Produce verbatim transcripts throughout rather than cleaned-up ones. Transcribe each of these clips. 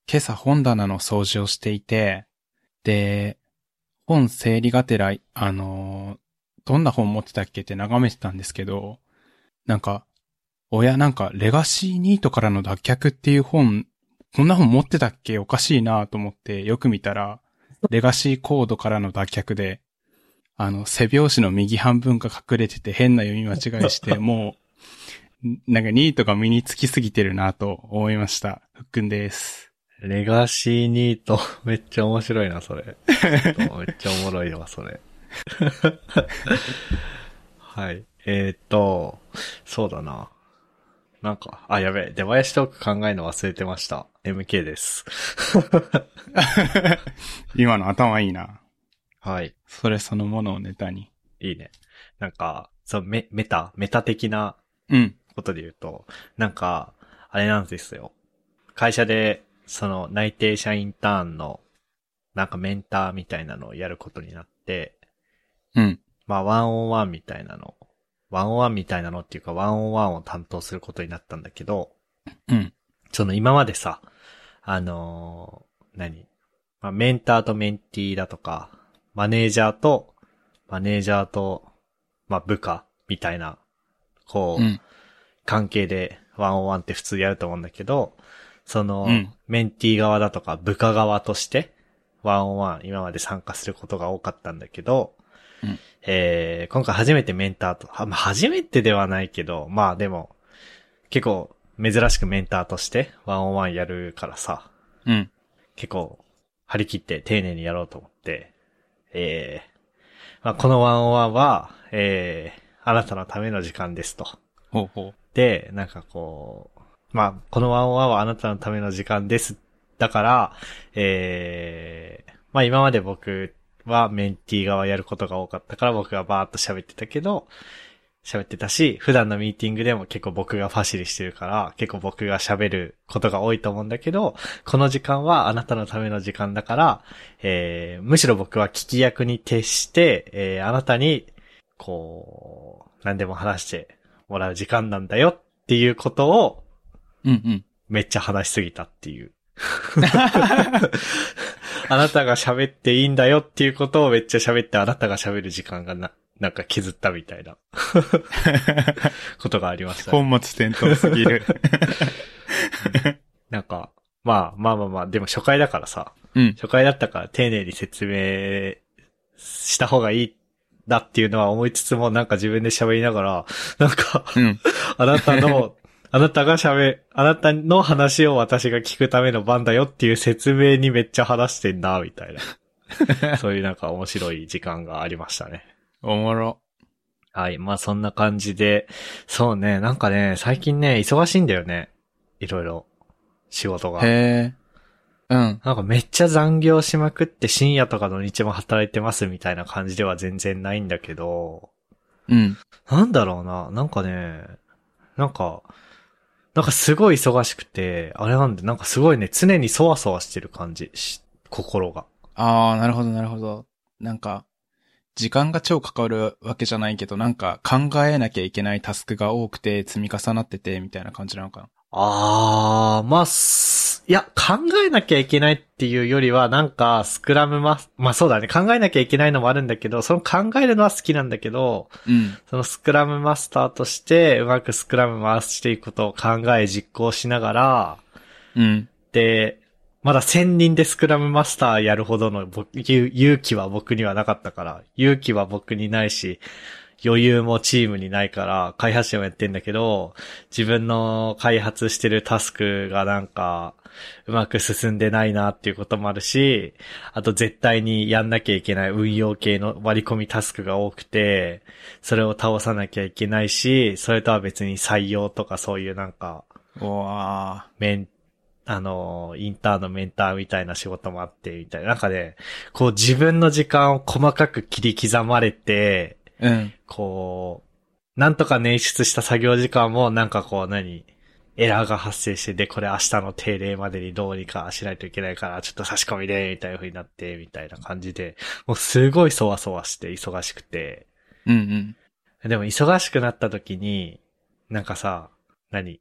今朝本棚の掃除をしていて、で、本整理がてら、あのー、どんな本持ってたっけって眺めてたんですけど、なんか、親なんか、レガシーニートからの脱却っていう本、こんな本持ってたっけおかしいなと思ってよく見たら、レガシーコードからの脱却で、あの、背表紙の右半分が隠れてて変な読み間違いして、もう、なんかニートが身につきすぎてるなと思いました。ふっくんです。 レガシーニート、めっちゃ面白いな、それ。めっちゃおもろいわ、それ。はい。えー、っと、そうだな。なんか、あ、やべえ、出囃子トーク考えるの忘れてました。エムケー です。 今の頭いいな。 はい。 それそのものをネタに。 いいね。なんか、そう、メ、メタ、メタ的なことで言うと、うん、なんか、あれなんですよ。会社で、その内定者インターンの、なんかメンターみたいなのをやることになって、 うん。 まあ、ワンオンワンみたいなの、ワンオンワンみたいなのっていうか、ワンオンワンを担当することになったんだけど、 うん。 その今までさ、あのー、何まあ、メンターとメンティーだとか、マネージャーと、マネージャーと、まあ、部下みたいな、こう、うん、関係でワンオンワンって普通やると思うんだけど、その、うん、メンティー側だとか部下側として、ワンオンワン今まで参加することが多かったんだけど、うん、えー、今回初めてメンターと、はまあ、初めてではないけど、まあでも、結構珍しくメンターとしてワンオンワンやるからさ、 うん、 結構張り切って丁寧にやろうと思って、えー、まあ、このワンオンワンは、えー、あなたのための時間ですと。 ほうほう。 で、なんかこう、まあ、このワンオンワンはあなたのための時間です。だから、えー、まあ今まで僕はメンティー側やることが多かったから僕がバーっと喋ってたけど、喋ってたし、普段のミーティングでも結構僕がファシリしてるから、結構僕が喋ることが多いと思うんだけど、この時間はあなたのための時間だから、えー、むしろ僕は聞き役に徹して、えー、あなたに、こう、何でも話してもらう時間なんだよっていうことを、 うんうん。 めっちゃ話しすぎたっていう。あなたが喋っていいんだよっていうことをめっちゃ喋ってあなたが喋る時間がな、なんか削ったみたいなことがありました、ね。 本末転倒すぎる。 なんか、まあまあまあまあ、でも初回だからさ、 うん、 初回だったから丁寧に説明した方がいいだっていうのは思いつつもなんか自分で喋りながら、なんか、うん、あなたの、あなたが喋、あなたの話を私が聞くための番だよっていう説明にめっちゃ話してんな、みたいな。そういうなんか面白い時間がありましたね。 おもろ。 はい。まあそんな感じで、そうね、なんかね、最近ね、忙しいんだよね。いろいろ。仕事が。 へー。うん。 なんかめっちゃ残業しまくって深夜とか土日も働いてますみたいな感じでは全然ないんだけど。 うん。 なんだろうな。なんかね、なんか、なんかすごい忙しくて、あれなんで、なんかすごいね、常にそわそわしてる感じ、心が。 あー、なるほどなるほど。なんか、時間が超関わるわけじゃないけど、なんか考えなきゃいけないタスクが多くて積み重なってて、みたいな感じなのかな。 あー、まあ、いや、考えなきゃいけないっていうよりは、なんか、スクラムマス、まあそうだね、考えなきゃいけないのもあるんだけど、その考えるのは好きなんだけど、 うん。 そのスクラムマスターとして、うまくスクラム回していくことを考え実行しながら、 うん。 で、まだせんにんでスクラムマスターやるほどの勇気は僕にはなかったから、勇気は僕にないし、余裕もチームにないから開発者もやってんだけど、自分の開発してるタスクがなんかうまく進んでないなっていうこともあるし、あと絶対にやんなきゃいけない運用系の割り込みタスクが多くて、それを倒さなきゃいけないし、それとは別に採用とかそういうなんか、 うわメンあの、インターンのメンターみたいな仕事もあって、みたいな。なんかね、こう自分の時間を細かく切り刻まれて、 うん。 こう、なんとか捻出した作業時間もなんかこう何、エラーが発生して、で、これ明日の定例までにどうにかしないといけないから、ちょっと差し込みで、みたいな風になって、みたいな感じで、もうすごいそわそわして忙しくて。 うんうん。 でも忙しくなった時に、なんかさ、何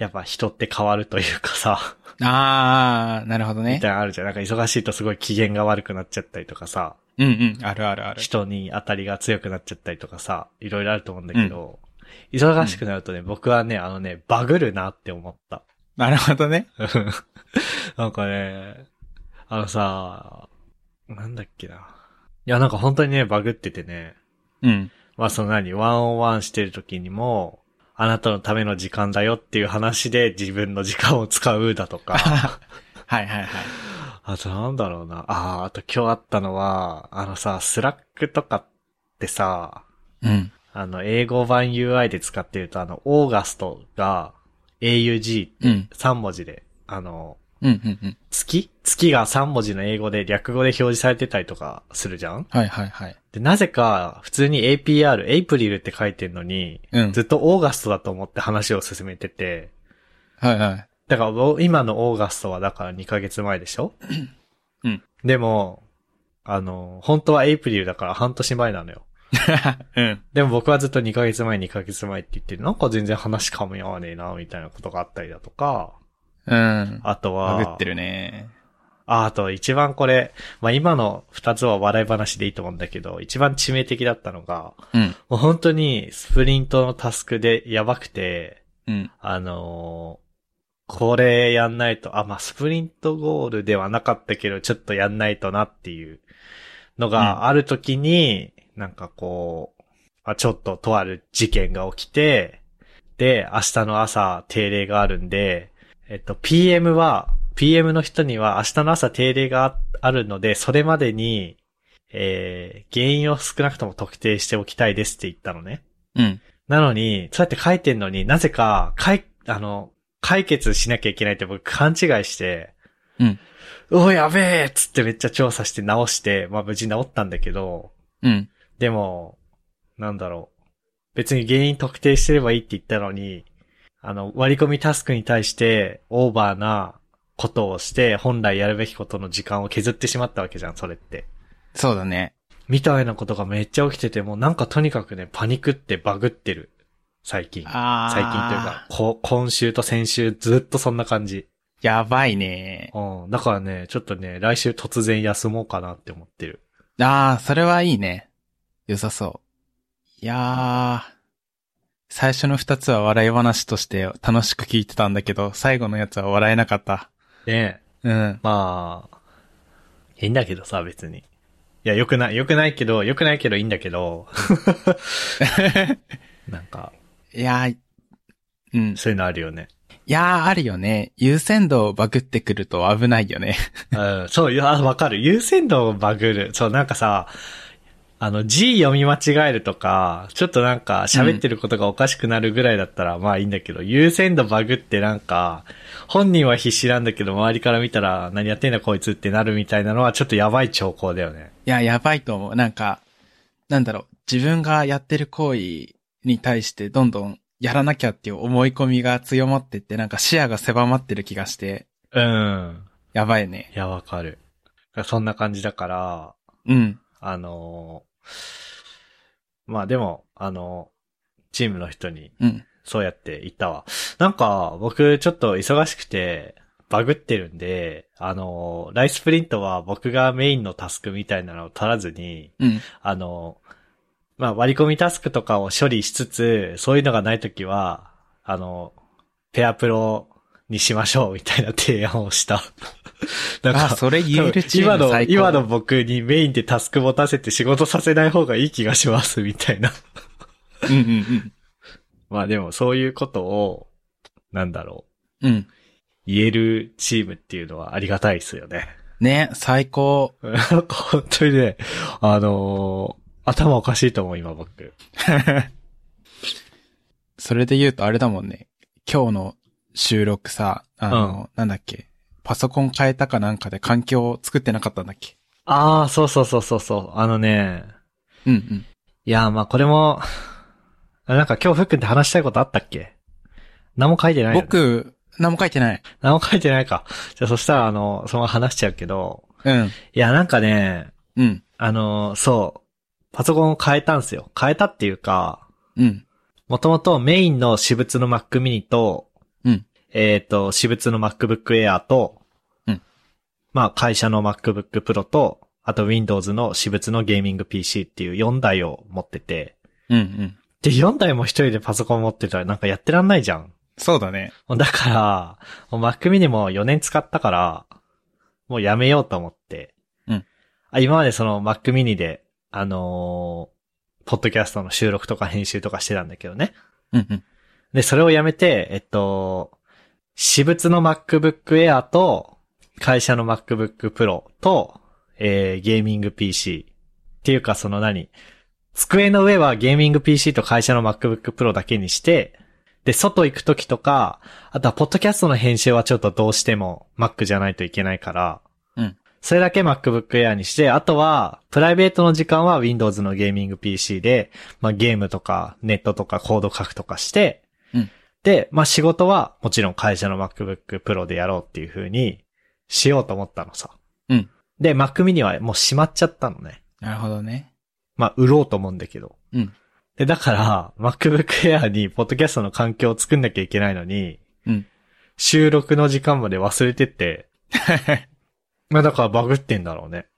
やっぱ人って変わるというかさ。 あー、なるほどね。 みたいなのあるじゃん。なんか忙しいとすごい機嫌が悪くなっちゃったりとかさ。 うんうん、あるあるある。 人に当たりが強くなっちゃったりとかさ。いろいろあると思うんだけど、うん、忙しくなるとね、僕はね、あのね、バグるなって思った。 なるほどね。 なんかね、あのさ、なんだっけな。いや、なんか本当にね、バグっててね。 うん。 まあその何、ワンオンワンしてる時にも、あなたのための時間だよっていう話で自分の時間を使うだとか。 はいはいはい。 あとなんだろうな。ああ、あと今日あったのは、あのさ、スラックとかってさ、 うん。 あの、英語版 ユーアイ で使ってると、あの、オーガストが エーユージー ってさん文字で、うん、あの、 うんうんうん。 月月がさん文字の英語で略語で表示されてたりとかするじゃん？ はいはいはい。 で、なぜか、普通に エーピーアール、エイプリルって書いてんのに、うん、ずっとオーガストだと思って話を進めてて、 はいはい。 だから、今のオーガストはだからにかげつまえでしょ？ うん。 でも、あの、本当はエイプリルだから半年前なのよ。 うん。 でも僕はずっとにかげつまえにかげつまえって言って、なんか全然話噛み合わねえな、みたいなことがあったりだとか、 うん。 あとは、 バグってるね。 あ、あと一番これ、まあ、今の二つは笑い話でいいと思うんだけど、一番致命的だったのが、 うん、 もう本当にスプリントのタスクでやばくて、 うん、 あのー、これやんないと、あ、まあ、スプリントゴールではなかったけど、ちょっとやんないとなっていうのがあるときに、うん、なんかこう、あ、ちょっととある事件が起きて、で、明日の朝定例があるんで、えっと、ピーエム は、ピーエム の人には明日の朝定例があるので、それまでに、えー、原因を少なくとも特定しておきたいですって言ったのね。 うん。 なのに、そうやって書いてんのになぜか、かい、あの、解決しなきゃいけないって僕勘違いして、 うん。 おやべえっつってめっちゃ調査して直して、まあ無事直ったんだけど、 うん。 でも、なんだろう。別に原因特定してればいいって言ったのに、あの、割り込みタスクに対してオーバーなことをして、本来やるべきことの時間を削ってしまったわけじゃん、それって。 そうだね。 みたいなことがめっちゃ起きてて、もうなんかとにかくね、パニクってバグってる。最近。 あ最近というか、こ、今週と先週ずっとそんな感じ。 やばいね。 うん。だからね、ちょっとね、来週突然休もうかなって思ってる。 ああ、それはいいね。良さそう。いやー。最初の二つは笑い話として楽しく聞いてたんだけど、最後のやつは笑えなかった。 ねえ。うん。 まあ、いいんだけどさ、別に。いや、良くない、良くないけど、良くないけどいいんだけど。なんか。 いやー、うん。 そういうのあるよね。 いやー、あるよね。優先度をバグってくると危ないよね。 うん、そう、いや、わかる。優先度をバグる。そう、なんかさ、あの、G 読み間違えるとか、ちょっとなんか喋ってることがおかしくなるぐらいだったらまあいいんだけど、うん、優先度バグってなんか、本人は必死なんだけど周りから見たら何やってんだこいつってなるみたいなのはちょっとやばい兆候だよね。 いや、やばいと思う。なんか、なんだろう、自分がやってる行為に対してどんどんやらなきゃっていう思い込みが強まってって、なんか視野が狭まってる気がして。 うん。 やばいね。 いや、わかる。そんな感じだから、 うん。 あのー、まあでも、あのー、チームの人に、そうやって言ったわ。うん、なんか、僕ちょっと忙しくて、バグってるんで、あのー、ライスプリントは僕がメインのタスクみたいなのを取らずに、 うん、 あのー、まあ割り込みタスクとかを処理しつつ、そういうのがないときは、あのー、ペアプロにしましょうみたいな提案をした。 なんか、あ、それ言えるチーム今の、今の僕にメインでタスク持たせて仕事させない方がいい気がしますみたいな。 うんうんうん。 まあでもそういうことを、なんだろう。うん。 言えるチームっていうのはありがたいですよね。 ね、最高。 なんか本当にね、あのー、頭おかしいと思う今僕。 それで言うとあれだもんね。今日の収録さ、あの、うん、なんだっけ。パソコン変えたかなんかで環境を作ってなかったんだっけ？ ああ、そうそうそうそうそう。あのね。 うんうん。 いや、まあこれも、なんか今日ふっくんって話したいことあったっけ？何も書いてないよね。 僕、何も書いてない。 何も書いてないか。じゃあそしたらあの、そのまま話しちゃうけど。 うん。 いや、なんかね。 うん。 あの、そう。パソコンを変えたんすよ。変えたっていうか。 うん。 もともとメインの私物の Mac mini と、 うん。 えっと、私物の MacBook Air と、 うん。 まあ、会社の MacBook Pro と、あと Windows の私物のゲーミング ピーシー っていうよんだいを持ってて、 うんうん。 で、よんだいも一人でパソコン持ってたらなんかやってらんないじゃん。 そうだね。 だから、もう Mac mini もよねん使ったから、もうやめようと思って。 うん。 あ、今までその Mac mini で、あのー、ポッドキャストの収録とか編集とかしてたんだけどね。 うんうん。 で、それをやめて、えっと、私物の MacBook Air と、会社の MacBook Pro と、えー、ゲーミング ピーシー。っていうかその何机の上はゲーミング ピーシー と会社の MacBook Pro だけにして、で、外行くときとか、あとはポッドキャストの編集はちょっとどうしても Mac じゃないといけないから、 うん。 それだけ MacBook Air にして、あとは、プライベートの時間は Windows のゲーミング ピーシー で、まあゲームとかネットとかコード書くとかして、 うん。 で、まあ仕事はもちろん会社の MacBook Pro でやろうっていう風にしようと思ったのさ。 うん。 で、Mac mini はもう閉まっちゃったのね。 なるほどね。 まあ売ろうと思うんだけど。 うん。 で、だから、MacBook Air にポッドキャストの環境を作んなきゃいけないのに、 うん。 収録の時間まで忘れてって、まあだからバグってんだろうね。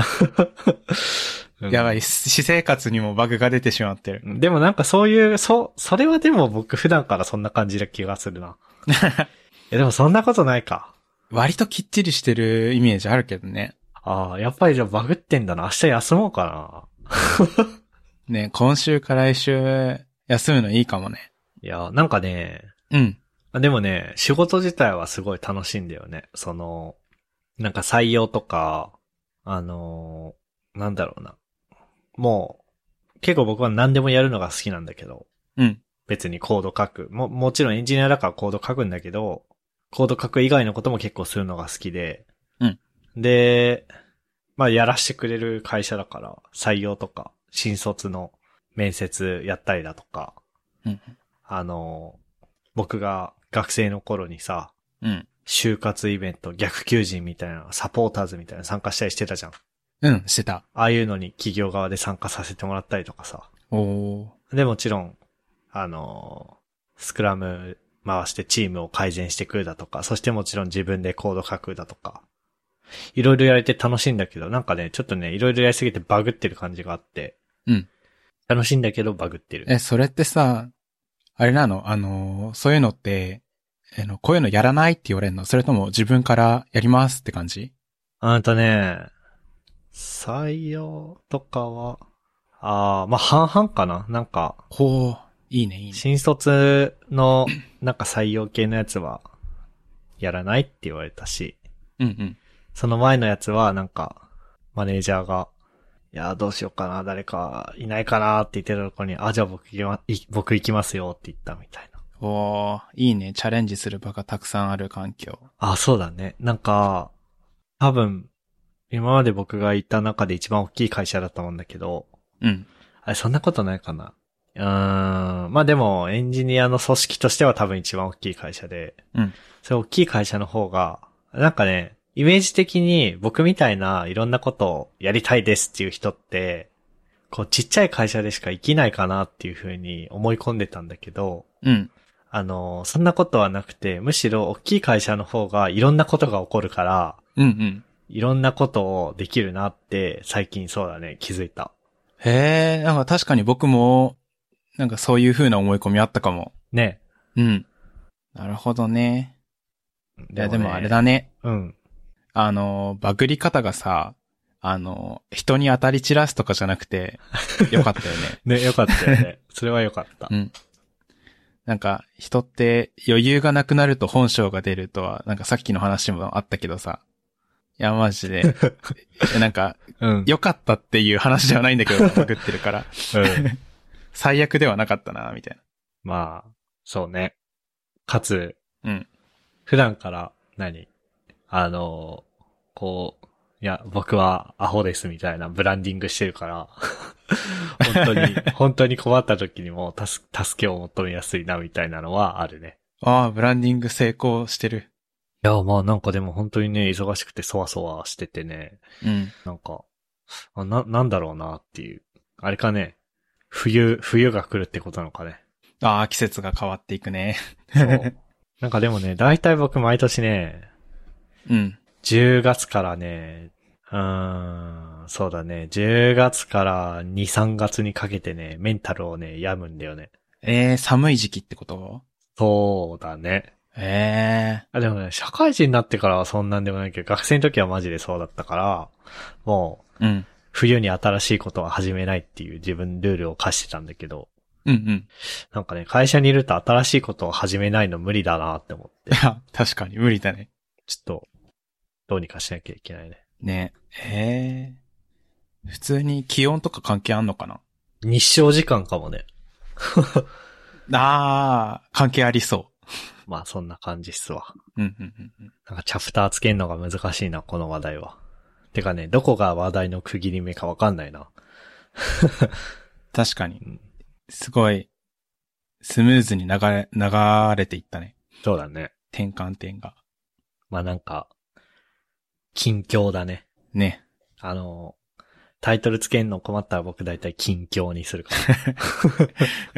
やばい、私生活にもバグが出てしまってる。 でもなんかそういう、そ、それはでも僕普段からそんな感じな気がするな。いやでもそんなことないか。 割ときっちりしてるイメージあるけどね。 ああ、やっぱりじゃあバグってんだな。明日休もうかな。 ね、今週か来週休むのいいかもね。 いや、なんかね、 うん。 でもね、仕事自体はすごい楽しいんだよね。その、なんか採用とか、あのー、なんだろうな。もう、結構僕は何でもやるのが好きなんだけど、 うん。 別にコード書く。も、もちろんエンジニアだからコード書くんだけど、コード書く以外のことも結構するのが好きで、 うん。 で、まあやらしてくれる会社だから、採用とか、新卒の面接やったりだとか、 うん。 あの、僕が学生の頃にさ、 うん。 就活イベント、逆求人みたいな、サポーターズみたいな参加したりしてたじゃん。 うん、してた。 ああいうのに企業側で参加させてもらったりとかさ。 おー。 で、もちろん、あの、スクラム回してチームを改善してくるだとか、そしてもちろん自分でコード書くだとか、いろいろやれて楽しいんだけど、なんかね、ちょっとね、いろいろやりすぎてバグってる感じがあって、 うん。 楽しいんだけどバグってる。 え、それってさ、あれなのあの、そういうのって、あの、こういうのやらないって言われるのそれとも自分からやりますって感じ？ あんとね、採用とかは、ああ、まあ、半々かななんか、 ほう、いいね、いいね。 新卒の、なんか採用系のやつは、やらないって言われたし、 うんうん。 その前のやつは、なんか、マネージャーが、いや、どうしようかな、誰かいないかなって言ってたところに、あ、じゃあ僕行きま、い僕行きますよって言ったみたいな。 おー、いいね。チャレンジする場がたくさんある環境。 あ、そうだね。なんか、多分、今まで僕がいた中で一番大きい会社だと思うんだけど、 うん。 あれ、そんなことないかな。うーん。まあでも、エンジニアの組織としては多分一番大きい会社で、 うん。 それ大きい会社の方が、なんかね、イメージ的に僕みたいないろんなことをやりたいですっていう人って、こうちっちゃい会社でしか生きないかなっていうふうに思い込んでたんだけど、 うん。 あの、そんなことはなくて、むしろ大きい会社の方がいろんなことが起こるから、 うんうん。 いろんなことをできるなって最近そうだね、気づいた。 へえ、なんか確かに僕も、なんかそういう風な思い込みあったかも。 ね。 うん。なるほどね。いや、でもあれだね。 ね。 うん。 あの、バグり方がさ、あの、人に当たり散らすとかじゃなくて、よかったよね。 ね、よかったよね。それはよかった。 うん。なんか、人って余裕がなくなると本性が出るとは、なんかさっきの話もあったけどさ。いや、マジで。なんか、 うん。 良かったっていう話ではないんだけど、バグってるから。 うん。 最悪ではなかったな、みたいな。 まあ、そうね。かつ、 うん。 普段から何、あの、こう、いや、僕はアホですみたいなブランディングしてるから、本当に、本当に困った時にも助助けを求めやすいなみたいなのはあるね。 ああ、ブランディング成功してる。 いや、まあなんかでも本当にね、忙しくてそわそわしててね、 うん。 なんか、あな、なんだろうなっていう。あれかね、冬、冬が来るってことなのかね。 ああ、季節が変わっていくね。 そう。 なんかでもね、だいたい僕毎年ね、 うん。 じゅうがつからね、うーん、そうだね、じゅうがつからに、さんがつにかけてね、メンタルをね、病むんだよね。 えー、寒い時期ってこと？ そうだね。 えあ、でもね、社会人になってからはそんなんでもないけど、学生の時はマジでそうだったから、もう、 ー。うん。 冬に新しいことは始めないっていう自分ルールを課してたんだけど、 うんうん。 なんかね、会社にいると新しいことを始めないの無理だなって思って、 いや、確かに無理だね。 ちょっと、どうにかしなきゃいけないね。 ね。えー。普通に気温とか関係あんのかな？ 日照時間かもね。 あー、関係ありそまあそんな感じっすわ。 う。うんうんうんうん。 なんかチャプターつけるのが難しいな、この話題は。てかね、どこが話題の区切り目かわかんないな。 確かにう。ん、 すごい、スムーズに流れ、流れていったね。 そうだね。 転換点が。 まあなんか、近況だね。 ね。 あの、タイトルつけんの困ったら僕大体近況にするから。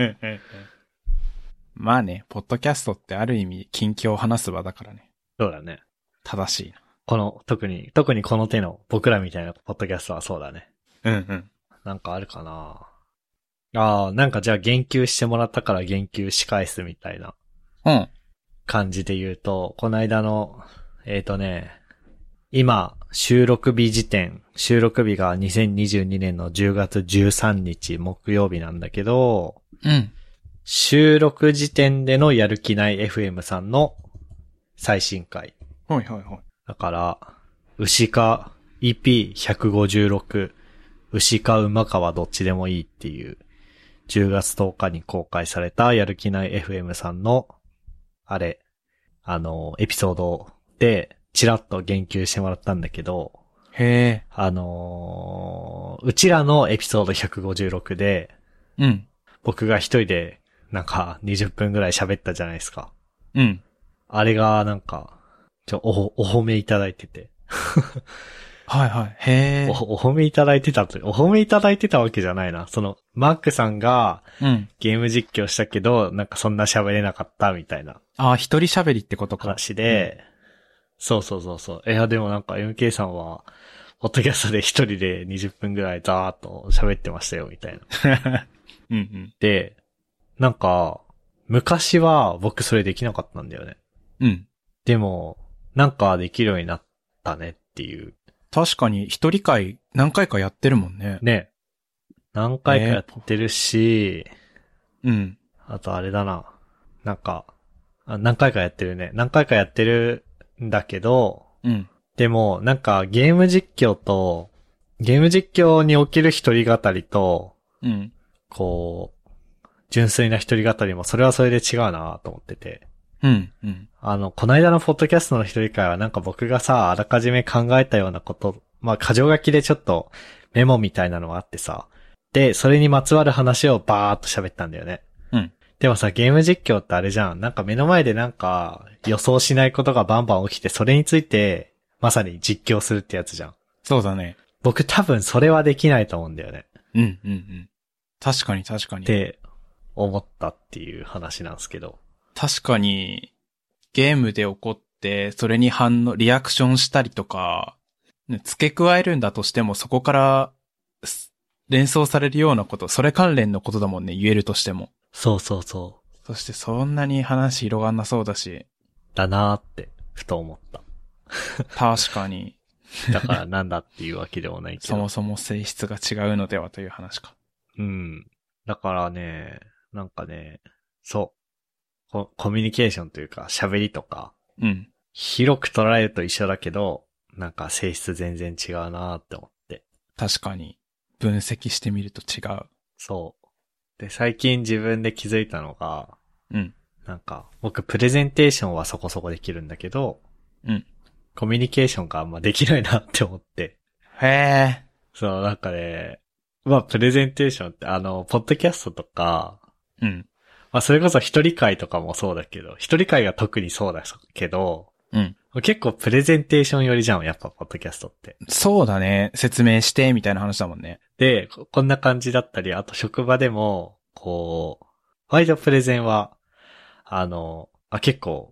うんうんうん。まあね、ポッドキャストってある意味近況を話す場だからね。 そうだね。 正しいこの、特に、特にこの手の僕らみたいなポッドキャストはそうだね。 な。うんうん。 なんかあるかな。ああ、なんかじゃあ言及してもらったから言及し返すみたいなうん。 感じで言うと、この間の、えっとね、今、収録日時点、収録日がにせんにじゅうにねんのじゅうがつじゅうさんにち木曜日なんだけど、 うん。 収録時点でのやる気ない エフエム さんの最新回。 はいはいはい。 だから、牛か イーピーひゃくごじゅうろく、牛か馬かはどっちでもいいっていう、じゅうがつとおかに公開されたやる気ない エフエム さんの、あれ、あの、エピソードで、ちらっと言及してもらったんだけど、 へえ。 あのー、うちらのエピソードひゃくごじゅうろくで、 うん。 僕が一人で、なんかにじゅっぷんぐらい喋ったじゃないですか。 うん。 あれが、なんか、ちょ、お、お褒めいただいてて。 はいはい。へえ。 お、お褒めいただいてたと、お褒めいただいてたわけじゃないな。その、マークさんが、 うん。 ゲーム実況したけど、なんかそんな喋れなかったみたいなああ、一人喋りってことか。 話で、そうそうそうそう。いや、でもなんか エムケー さんは、ポッドキャストで一人でにじゅっぷんぐらいザーっと喋ってましたよ、みたいな。 うんうん。 で、なんか、昔は僕それできなかったんだよね。 うん。 でも、なんかできるようになったねっていう。 確かに一人会何回かやってるもんね。 ね。何回かやってるし、 うん。 あとあれだな。なんか、あ何回かやってるね。何回かやってるんだけど、 うん。 でも、なんかゲーム実況と、ゲーム実況における一人語りと、 うん。 こう、純粋な一人語りもそれはそれで違うなと思ってて。 うん。うん。 あの、この間のポッドキャストの一人会はなんか僕がさ、あらかじめ考えたようなこと、まあ、箇条書きでちょっとメモみたいなのがあってさ、で、それにまつわる話をバーっと喋ったんだよね。 うん。 でもさ、ゲーム実況ってあれじゃん。なんか目の前でなんか予想しないことがバンバン起きて、それについてまさに実況するってやつじゃん。 そうだね。 僕多分それはできないと思うんだよね。 うんうんうん。確かに確かに。 って思ったっていう話なんですけど。 確かに、ゲームで起こって、それに反応、リアクションしたりとか、ね付け加えるんだとしても、そこからす連想されるようなこと、それ関連のことだもんね、言えるとしても。 そうそうそう。 そしてそんなに話広がんなそうだし、 だなーって、ふと思った。 確かに、 だからなんだっていうわけでもないけど。 そもそも性質が違うのではという話か。 うん。だからね、なんかね、そうコ。コミュニケーションというか喋りとか、 うん。 広く捉えると一緒だけど、なんか性質全然違うなーって思って。 確かに、分析してみると違う。 そう。で、最近自分で気づいたのが、 うん。 なんか、僕プレゼンテーションはそこそこできるんだけど、 うん。 コミュニケーションがあんまできないなって思って。 へえ。 そう、なんかね、まあ、プレゼンテーションって、あの、ポッドキャストとか、 うん。 まあ、それこそ一人会とかもそうだけど、一人会が特にそうだけど、 うん。 結構プレゼンテーション寄りじゃん、やっぱ、ポッドキャストって。 そうだね。説明して、みたいな話だもんね。 で、ここんな感じだったり、あと職場でも、こう、割とプレゼンは、あの、あ、結構、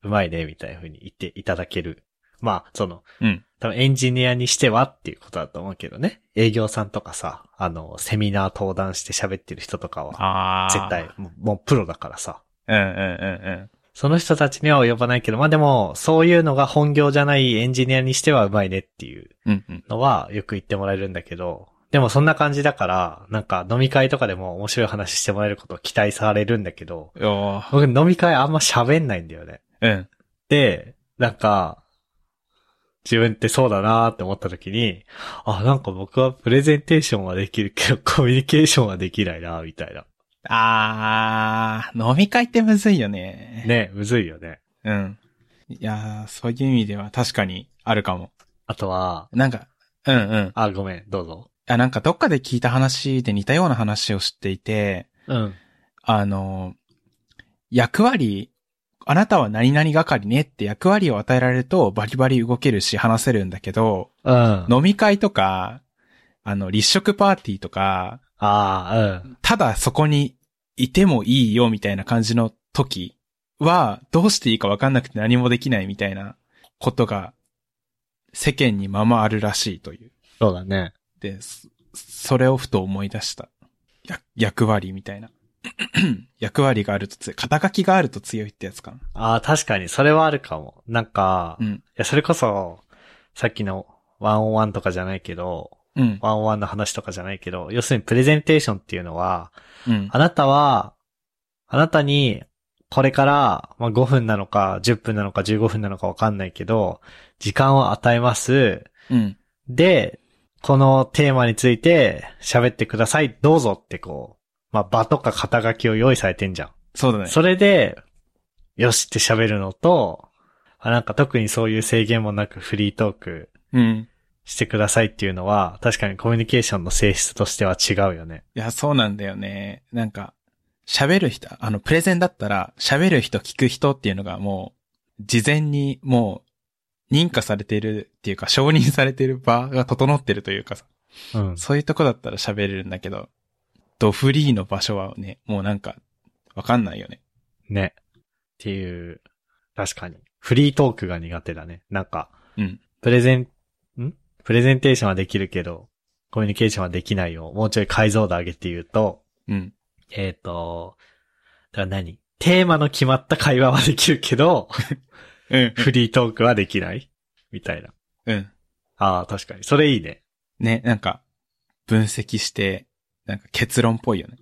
うまいね、みたいな風に言っていただける。まあ、その、 うん。 多分エンジニアにしてはっていうことだと思うけどね。営業さんとかさ、あの、セミナー登壇して喋ってる人とかは、 ああ。 絶対、もう、もうプロだからさ。 うんうんうんうん。 その人たちには及ばないけど、まあでも、そういうのが本業じゃないエンジニアにしてはうまいねっていううんうん。 のはよく言ってもらえるんだけど、でもそんな感じだから、なんか飲み会とかでも面白い話してもらえることを期待されるんだけど、 おー。 僕飲み会あんま喋んないんだよね。 うん。 で、なんか、自分ってそうだなーって思った時に、あ、なんか僕はプレゼンテーションはできるけど、コミュニケーションはできないな、みたいな。 あー、飲み会ってむずいよね。 ね、むずいよね。 うん。いやー、そういう意味では確かにあるかも。 あとは、 なんか、うんうん。 あ、ごめん、どうぞ。 あ、なんかどっかで聞いた話で似たような話を知っていて、 うん。 あの、役割、あなたは何々係ねって役割を与えられるとバリバリ動けるし話せるんだけど、 うん。あ飲み会とか、あの、立食パーティーとか、 あ、うん。 ただそこにいてもいいよみたいな感じの時は、どうしていいかわかんなくて何もできないみたいなことが世間にままあるらしいという。 そうだね。 で、そそれをふと思い出した。や役割みたいな。役割があると強い。肩書きがあると強いってやつかな。 ああ、確かに、それはあるかも。なんか、いうん。 や、それこそ、さっきのワンオンワンとかじゃないけど、 うん。 ワンオンワンの話とかじゃないけど、要するにプレゼンテーションっていうのは、 うん。 あなたは、あなたに、これから、まあ、ごふんなのか、じゅっぷんなのか、じゅうごふんなのかわかんないけど、時間を与えます。 うん。 で、このテーマについて喋ってください。どうぞってこう、まあ、場とか肩書きを用意されてんじゃん。 そうだね。 それで、よしって喋るのと、あ、なんか特にそういう制限もなくフリートークうん。 してくださいっていうのは、確かにコミュニケーションの性質としては違うよね。 いや、そうなんだよね。なんか、喋る人、あの、プレゼンだったら、喋る人、聞く人っていうのがもう、事前にもう、認可されているっていうか、承認されている場が整ってるというかさ、 うん。 そういうとこだったら喋れるんだけど、ドフリーの場所はね、もうなんか、わかんないよね。 ね。っていう、確かに。フリートークが苦手だね。なんか、 うん。 プレゼン、んプレゼンテーションはできるけど、コミュニケーションはできないよ。もうちょい解像度上げて言うと、 うん。 えっ、と、だから何テーマの決まった会話はできるけど、 うん。 フリートークはできないみたいな。 うん。 ああ、確かに。それいいね。 ね、なんか、分析して、なんか結論っぽいよね。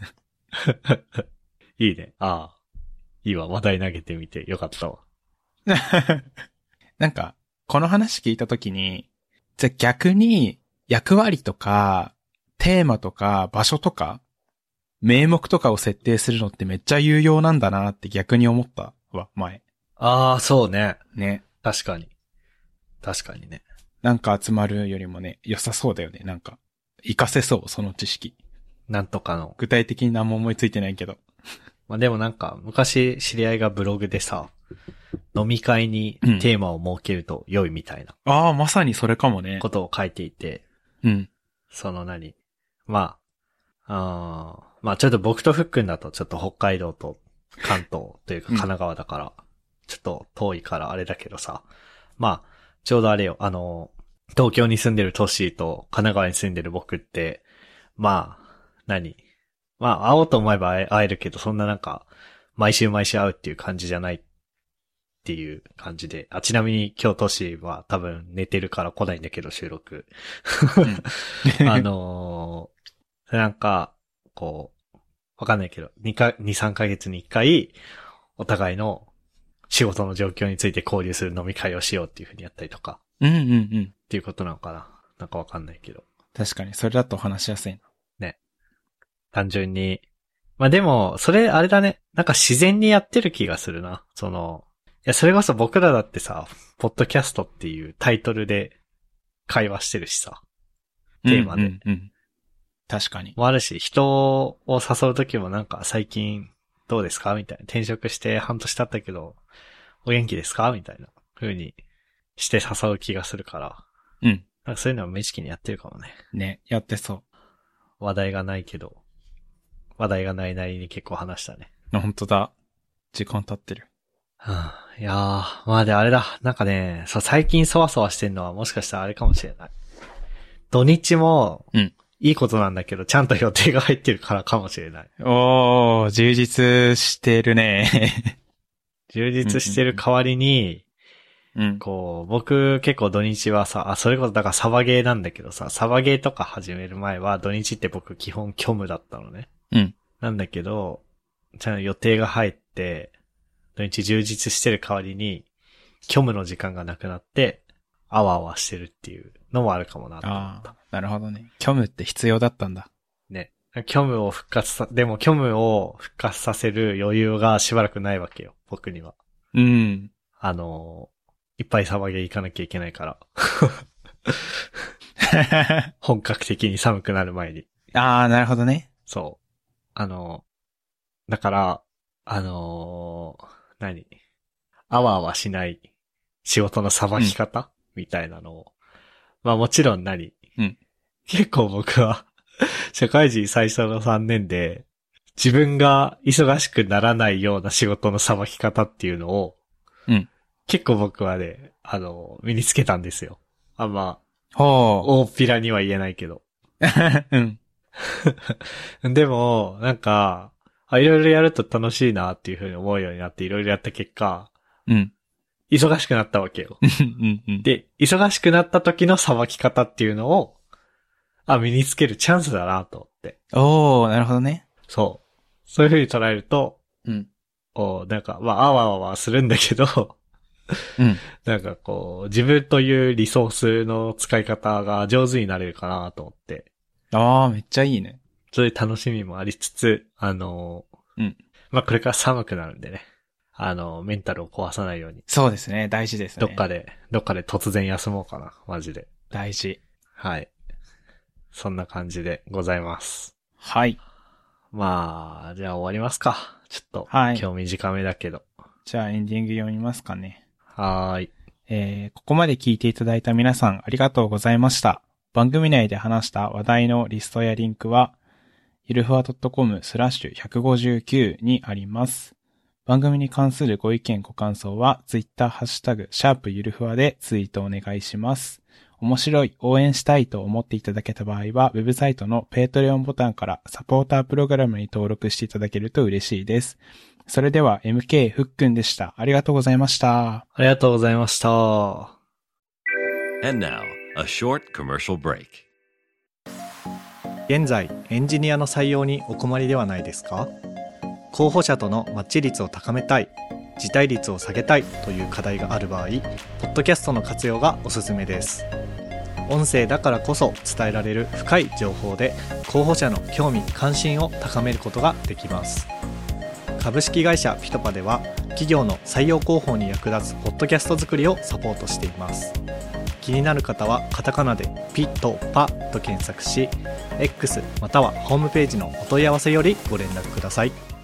いいね。ああ。いいわ。話題投げてみてよかったわ。 なんか、この話聞いたときに、じゃあ逆に役割とか、テーマとか、場所とか、名目とかを設定するのってめっちゃ有用なんだなって逆に思ったわ、前。 ああ、そうね。 ね。 確かに。確かにね。 なんか集まるよりもね、良さそうだよね。なんか、活かせそう、その知識。 なんとかの。 具体的に何も思いついてないけど。 まあ、でもなんか、昔知り合いがブログでさ、飲み会にテーマを設けると良いみたいなああ、まさにそれかもね。 ことを書いていて、 うん。 その何まあ、あーまあちょっと僕とふっくんだとちょっと北海道と関東というか神奈川だから、ちょっと遠いからあれだけどさ、まあ、ちょうどあれよ、あの、東京に住んでるトッシーと神奈川に住んでる僕って、まあ、何まあ、会おうと思えば会え会えるけど、そんななんか、毎週毎週会うっていう感じじゃないっていう感じで。あ、ちなみに今日トッシーは多分寝てるから来ないんだけど、収録。 うん、 あのー、なんか、こう、わかんないけど、にか、に、さんかげつにいっかい、お互いの仕事の状況について交流する飲み会をしようっていう風にやったりとか、 うんうんうん。 っていうことなのかな。なんかわかんないけど。 確かに、それだと話しやすいな。 単純に。まあでも、それあれだね。なんか自然にやってる気がするな。その、いや、それこそ僕らだってさ、ポッドキャストっていうタイトルで会話してるしさ。テーマで。 うんうんうん、確かに。 もあるし、人を誘うときもなんか最近どうですかみたいな。転職して半年経ったけど、お元気ですかみたいな風にして誘う気がするから。 うん。 なんかそういうのは無意識にやってるかもね。 ね、やってそ話題がないけど、話題がないなりに結構話したね。 う。本当だ。時間経ってる。 うん、いやー、まあであれだ。なんかね、そう、最近そわそわしてんのはもしかしたらあれかもしれない。土日も、 うん。 いいことなんだけど、ちゃんと予定が入ってるからかもしれない。 おー、充実してるね。 充実してる代わりに、 うん。 こう、僕結構土日はさ、あ、それこそだからサバゲーなんだけどさ、サバゲーとか始める前は土日って僕基本虚無だったのね。 うん。 なんだけど、ちゃんと予定が入って、土日充実してる代わりに、虚無の時間がなくなって、あわあわしてるっていうのもあるかもなと思った。 ああ、なるほどね。虚無って必要だったんだ。 ね。虚無を復活さ、でも虚無を復活させる余裕がしばらくないわけよ、僕には。 うん。 あのー、いっぱいサバゲー行かなきゃいけないから。本格的に寒くなる前に。 ああ、なるほどね。 そう。あのー、だから、あのー、何あわあわしない仕事のさばき方、うん、みたいなのを。まあもちろん何、 うん、 結構僕は、社会人最初のさんねんで、自分が忙しくならないような仕事のさばき方っていうのを、 うん、 結構僕はね、あの、身につけたんですよ。あんま、 ほう。 大っぴらには言えないけど。 うん。 でも、なんか、あ、いろいろやると楽しいなっていうふうに思うようになっていろいろやった結果、 うん。 忙しくなったわけよ。 うんうん、 で、忙しくなった時のさばき方っていうのを、あ、身につけるチャンスだなと思って。 おー、なるほどね。 そう。そういうふうに捉えると、 うん。 おなんか、まあ、あわあわするんだけど、 うん。 なんかこう、自分というリソースの使い方が上手になれるかなと思って。 あー、めっちゃいいね。 そういう楽しみもありつつ、あの、 うん。 まあ、これから寒くなるんでね。あの、メンタルを壊さないように。 そうですね。大事ですね。 どっかで、どっかで突然休もうかな。マジで。 大事。 はい。そんな感じでございます。 はい。 まあ、じゃあ終わりますか。ちょっと、 はい。 今日短めだけど。 じゃあエンディング読みますかね。 はーい。 えー、ここまで聞いていただいた皆さんありがとうございました。番組内で話した話題のリストやリンクは、ゆるふわ .com スラッシュひゃくごじゅうきゅうにあります。番組に関するご意見ご感想は、ツイッターハッシュタグ、シャープゆるふわでツイートお願いします。面白い、応援したいと思っていただけた場合は、ウェブサイトのペイトレオンボタンからサポータープログラムに登録していただけると嬉しいです。それでは エムケー ふっくんでした。ありがとうございました。 ありがとうございました。 And now, a short commercial break. 現在、エンジニアの採用にお困りではないですか？候補者とのマッチ率を高めたい、辞退率を下げたいという課題がある場合、ポッドキャストの活用がおすすめです。音声だからこそ伝えられる深い情報で、候補者の興味・関心を高めることができます。株式会社ピトパでは、企業の採用広報に役立つポッドキャスト作りをサポートしています。気になる方はカタカナでピトパと検索し、X またはホームページのお問い合わせよりご連絡ください。